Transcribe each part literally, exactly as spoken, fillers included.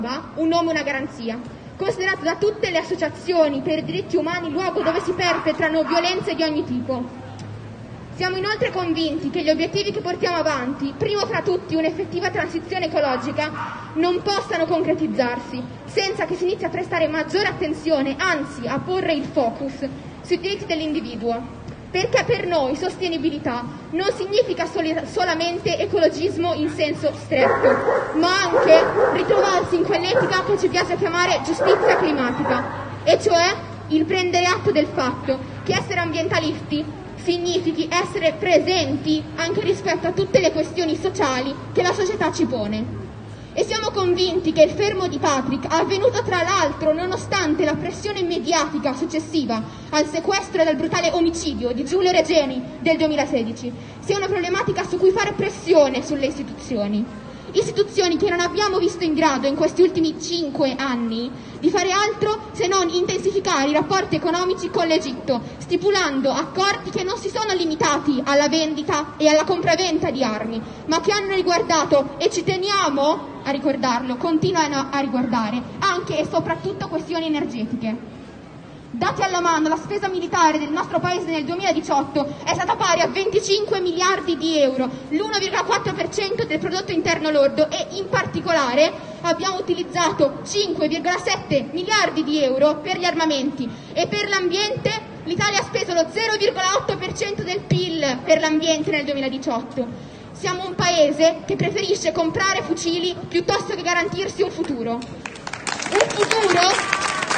un nome e una garanzia, considerato da tutte le associazioni per i diritti umani luogo dove si perpetrano violenze di ogni tipo. Siamo inoltre convinti che gli obiettivi che portiamo avanti, primo fra tutti un'effettiva transizione ecologica, non possano concretizzarsi senza che si inizi a prestare maggiore attenzione, anzi a porre il focus sui diritti dell'individuo. Perché per noi sostenibilità non significa soli, solamente ecologismo in senso stretto, ma anche ritrovarsi in quell'etica che ci piace chiamare giustizia climatica, e cioè il prendere atto del fatto che essere ambientalisti significhi essere presenti anche rispetto a tutte le questioni sociali che la società ci pone. E siamo convinti che il fermo di Patrick, avvenuto tra l'altro nonostante la pressione mediatica successiva al sequestro e al brutale omicidio di Giulio Regeni del duemilasedici, sia una problematica su cui fare pressione sulle istituzioni. Istituzioni che non abbiamo visto in grado in questi ultimi cinque anni di fare altro se non intensificare i rapporti economici con l'Egitto, stipulando accordi che non si sono limitati alla vendita e alla compraventa di armi, ma che hanno riguardato, e ci teniamo a ricordarlo, continuano a riguardare, anche e soprattutto questioni energetiche. Dati alla mano, la spesa militare del nostro paese nel duemiladiciotto è stata pari a venticinque miliardi di euro, l'uno virgola quattro per cento del prodotto interno lordo, e in particolare abbiamo utilizzato cinque virgola sette miliardi di euro per gli armamenti, e per l'ambiente l'Italia ha speso lo zero virgola otto per cento del P I L per l'ambiente nel duemiladiciotto. Siamo un paese che preferisce comprare fucili piuttosto che garantirsi un futuro. Un futuro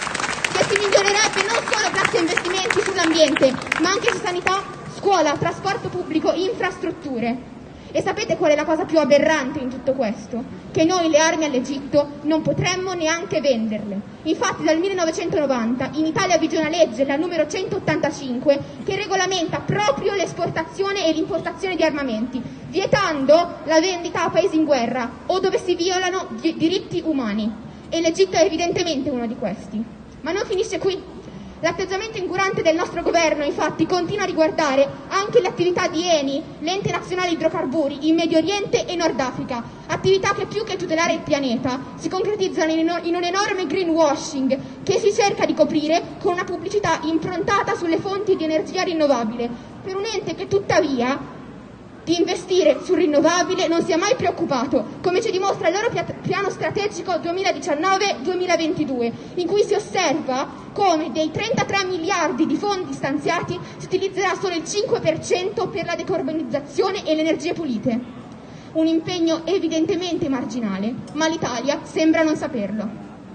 che si migliorerebbe non solo grazie a investimenti sull'ambiente, ma anche su sanità, scuola, trasporto pubblico, infrastrutture. E sapete qual è la cosa più aberrante in tutto questo? Che noi le armi all'Egitto non potremmo neanche venderle. Infatti dal millenovecentonovanta in Italia vige una legge, la numero centottantacinque, che regolamenta proprio l'esportazione e l'importazione di armamenti, vietando la vendita a paesi in guerra o dove si violano di- diritti umani. E l'Egitto è evidentemente uno di questi. Ma non finisce qui. L'atteggiamento incurante del nostro governo, infatti, continua a riguardare anche le attività di ENI, l'Ente Nazionale Idrocarburi, in Medio Oriente e Nord Africa, attività che più che tutelare il pianeta si concretizzano in, in un enorme greenwashing che si cerca di coprire con una pubblicità improntata sulle fonti di energia rinnovabile, per un ente che tuttavia di investire sul rinnovabile non si è mai preoccupato, come ci dimostra il loro piano strategico duemiladiciannove duemilaventidue, in cui si osserva come dei trentatré miliardi di fondi stanziati si utilizzerà solo il cinque per cento per la decarbonizzazione e le energie pulite. Un impegno evidentemente marginale, ma l'Italia sembra non saperlo.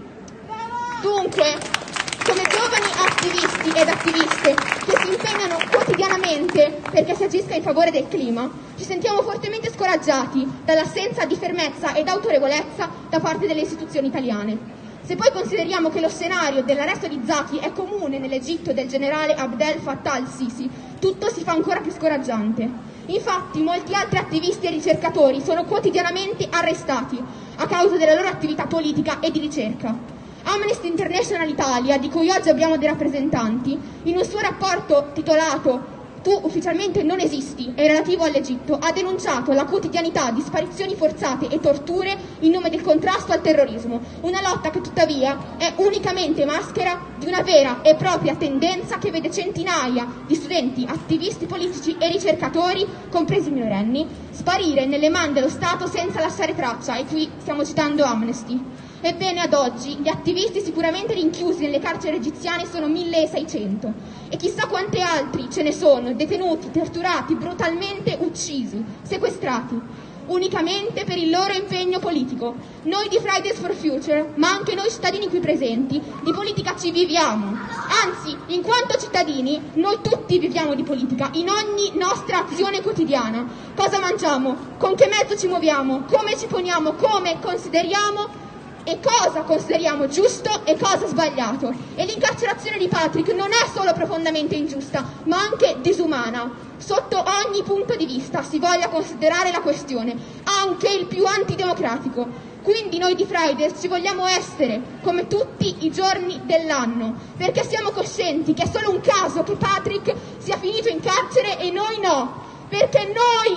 Dunque, come giovani attivisti ed attiviste che si impegnano quotidianamente perché si agisca in favore del clima, ci sentiamo fortemente scoraggiati dall'assenza di fermezza ed autorevolezza da parte delle istituzioni italiane. Se poi consideriamo che lo scenario dell'arresto di Zaki è comune nell'Egitto del generale Abdel Fattah al-Sisi, tutto si fa ancora più scoraggiante. Infatti molti altri attivisti e ricercatori sono quotidianamente arrestati a causa della loro attività politica e di ricerca. Amnesty International Italia, di cui oggi abbiamo dei rappresentanti, in un suo rapporto titolato "Tu ufficialmente non esisti" e relativo all'Egitto, ha denunciato la quotidianità di sparizioni forzate e torture in nome del contrasto al terrorismo, una lotta che tuttavia è unicamente maschera di una vera e propria tendenza che vede centinaia di studenti, attivisti politici e ricercatori, compresi minorenni, sparire nelle mani dello Stato senza lasciare traccia, e qui stiamo citando Amnesty. Ebbene, ad oggi gli attivisti sicuramente rinchiusi nelle carceri egiziane sono milleseicento e chissà quanti altri ce ne sono, detenuti, torturati, brutalmente uccisi, sequestrati, unicamente per il loro impegno politico. Noi di Fridays for Future, ma anche noi cittadini qui presenti, di politica ci viviamo. Anzi, in quanto cittadini, noi tutti viviamo di politica, in ogni nostra azione quotidiana. Cosa mangiamo? Con che mezzo ci muoviamo? Come ci poniamo? Come consideriamo e cosa consideriamo giusto e cosa sbagliato. E l'incarcerazione di Patrick non è solo profondamente ingiusta, ma anche disumana, sotto ogni punto di vista si voglia considerare la questione, anche il più antidemocratico. Quindi noi di Fridays ci vogliamo essere come tutti i giorni dell'anno, perché siamo coscienti che è solo un caso che Patrick sia finito in carcere e noi no, perché noi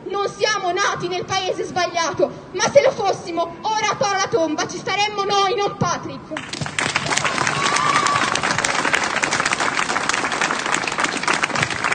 non siamo nati nel paese sbagliato, ma se lo fossimo, ora a Tora la tomba ci staremmo noi, non Patrick.